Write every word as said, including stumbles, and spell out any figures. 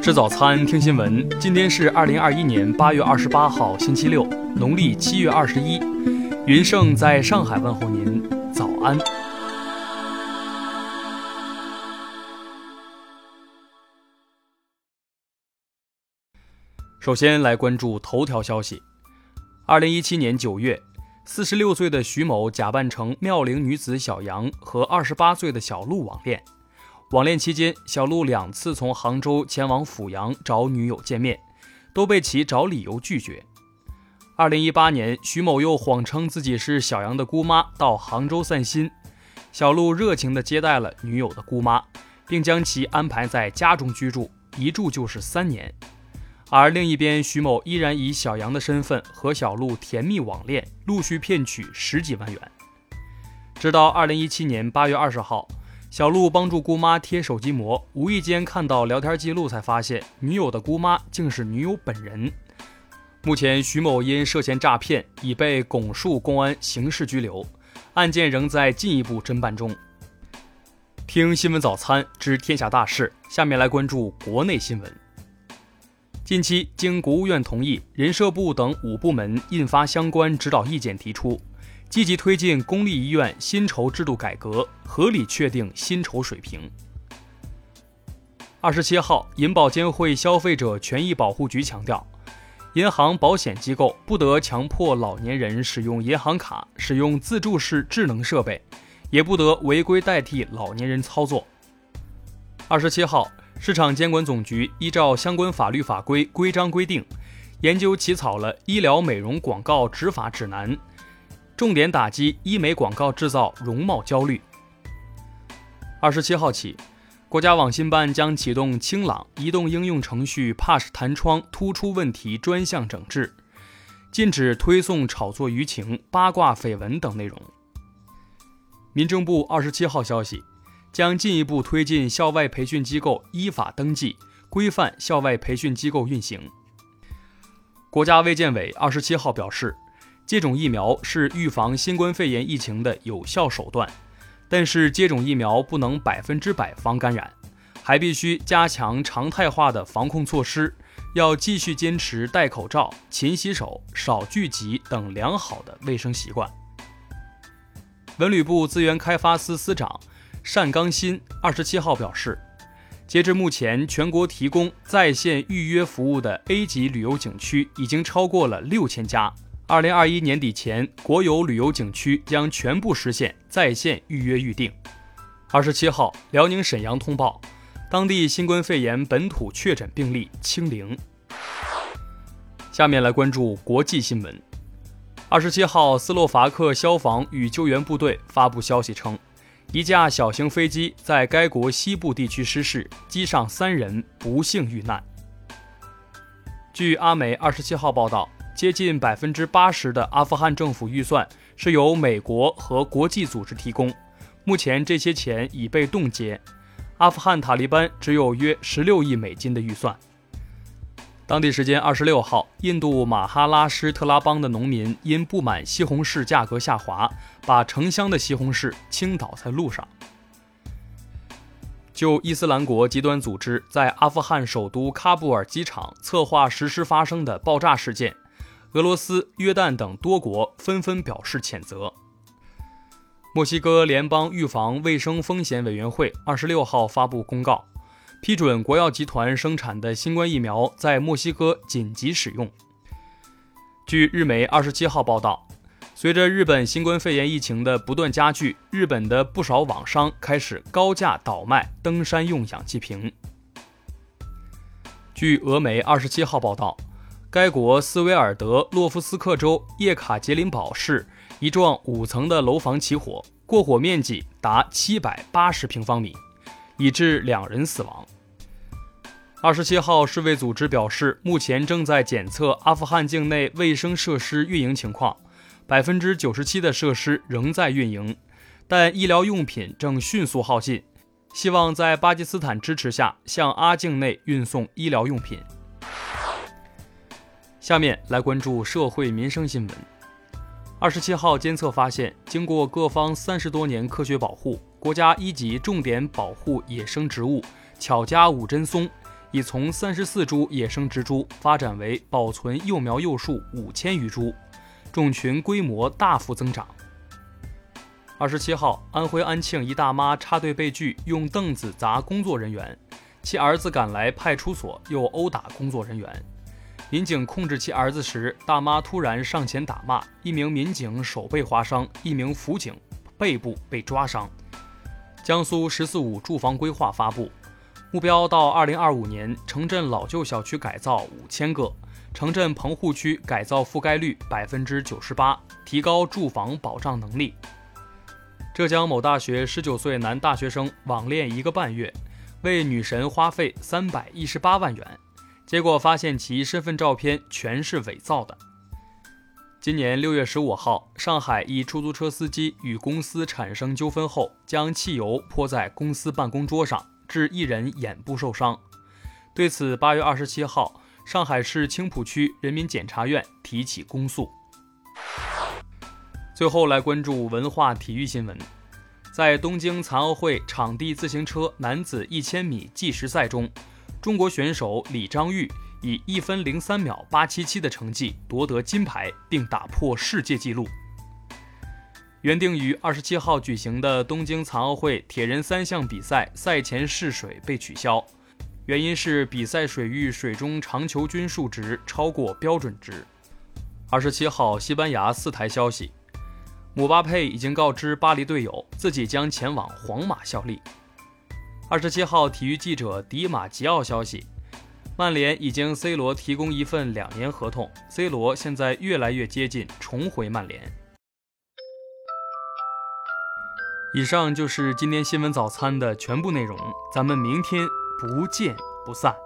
吃早餐，听新闻。今天是二零二一年八月二十八号，星期六，农历七月二十一。云盛在上海问候您，早安。首先来关注头条消息。二零一七年九月，四十六岁的徐某假扮成妙龄女子小杨和二十八岁的小陆网恋。网恋期间，小陆两次从杭州前往阜阳找女友见面，都被其找理由拒绝。二零一八年，徐某又谎称自己是小杨的姑妈到杭州散心，小陆热情地接待了女友的姑妈，并将其安排在家中居住，一住就是三年。而另一边，徐某依然以小杨的身份和小陆甜蜜网恋，陆续骗取十几万元。直到二零一七年八月二十号，小陆帮助姑妈贴手机膜，无意间看到聊天记录，才发现女友的姑妈竟是女友本人。目前，徐某因涉嫌诈骗已被拱墅公安刑事拘留，案件仍在进一步侦办中。听新闻早餐知天下大事，下面来关注国内新闻。近期，经国务院同意，人社部等五部门印发相关指导意见，提出积极推进公立医院薪酬制度改革，合理确定薪酬水平。二十七号，银保监会消费者权益保护局强调，银行保险机构不得强迫老年人使用银行卡、使用自助式智能设备，也不得违规代替老年人操作。二十七号，市场监管总局依照相关法律法规规章规定，研究起草了医疗美容广告执法指南，重点打击医美广告制造容貌焦虑。二十七号起，国家网信办将启动清朗移动应用程序 P A S H 弹窗突出问题专项整治，禁止推送炒作舆情、八卦绯闻等内容。民政部二十七号消息，将进一步推进校外培训机构依法登记，规范校外培训机构运行。国家卫健委二十七号表示，接种疫苗是预防新冠肺炎疫情的有效手段，但是接种疫苗不能百分之百防感染，还必须加强常态化的防控措施，要继续坚持戴口罩、勤洗手、少聚集等良好的卫生习惯。文旅部资源开发司司长单刚新二十七号表示，截至目前，全国提供在线预约服务的 A 级旅游景区已经超过了六千家。二零二一年底前，国有旅游景区将全部实现在线预约预订。二十七号，辽宁沈阳通报，当地新冠肺炎本土确诊病例清零。下面来关注国际新闻。二十七号，斯洛伐克消防与救援部队发布消息称，一架小型飞机在该国西部地区失事，机上三人不幸遇难。据阿美二十七号报道，接近 百分之八十 的阿富汗政府预算是由美国和国际组织提供，目前这些钱已被冻结。阿富汗塔利班只有约十六亿美金的预算。当地时间二十六号，印度马哈拉施特拉邦的农民因不满西红柿价格下滑，把成箱的西红柿倾倒在路上。就伊斯兰国极端组织在阿富汗首都喀布尔机场策划实施发生的爆炸事件，俄罗斯、约旦等多国纷纷表示谴责。墨西哥联邦预防卫生风险委员会二十六号发布公告，批准国药集团生产的新冠疫苗在墨西哥紧急使用。据日媒二十七号报道，随着日本新冠肺炎疫情的不断加剧，日本的不少网商开始高价倒卖登山用氧气瓶。据俄媒二十七号报道，该国斯维尔德洛夫斯克州叶卡捷琳堡市一幢五层的楼房起火，过火面积达七百八十平方米，已致两人死亡。二十七号，世卫组织表示，目前正在检测阿富汗境内卫生设施运营情况， 百分之九十七 的设施仍在运营，但医疗用品正迅速耗尽，希望在巴基斯坦支持下向阿境内运送医疗用品。下面来关注社会民生新闻。二十七号监测发现，经过各方三十多年科学保护，国家一级重点保护野生植物巧家五针松已从三十四株野生植株发展为保存幼苗幼树五千余株，种群规模大幅增长。二十七号，安徽安庆一大妈插队被拒，用凳子砸工作人员，其儿子赶来派出所又殴打工作人员。民警控制其儿子时，大妈突然上前打骂，一名民警手被划伤，一名辅警背部被抓伤。江苏“十四五”住房规划发布，目标到二零二五年，城镇老旧小区改造五千个，城镇棚户区改造覆盖率百分之九十八，提高住房保障能力。浙江某大学十九岁男大学生网恋一个半月，为女神花费三百一十八万元，结果发现其身份照片全是伪造的。今年六月十五号，上海一出租车司机与公司产生纠纷后，将汽油泼在公司办公桌上，致一人眼部受伤。对此，八月二十七号，上海市青浦区人民检察院提起公诉。最后来关注文化体育新闻。在东京残奥会场地自行车男子一千米计时赛中，中国选手李章钰以一分零三秒八七七的成绩夺得金牌，并打破世界纪录。原定于二十七号举行的东京残奥会铁人三项比赛赛前试水被取消，原因是比赛水域水中长球菌数值超过标准值。二十七号，西班牙四台消息，姆巴佩已经告知巴黎队友自己将前往皇马效力。二十七号，体育记者迪马吉奥消息，曼联已经 C 罗提供一份两年合同 ，C 罗现在越来越接近重回曼联。以上就是今天新闻早餐的全部内容，咱们明天不见不散。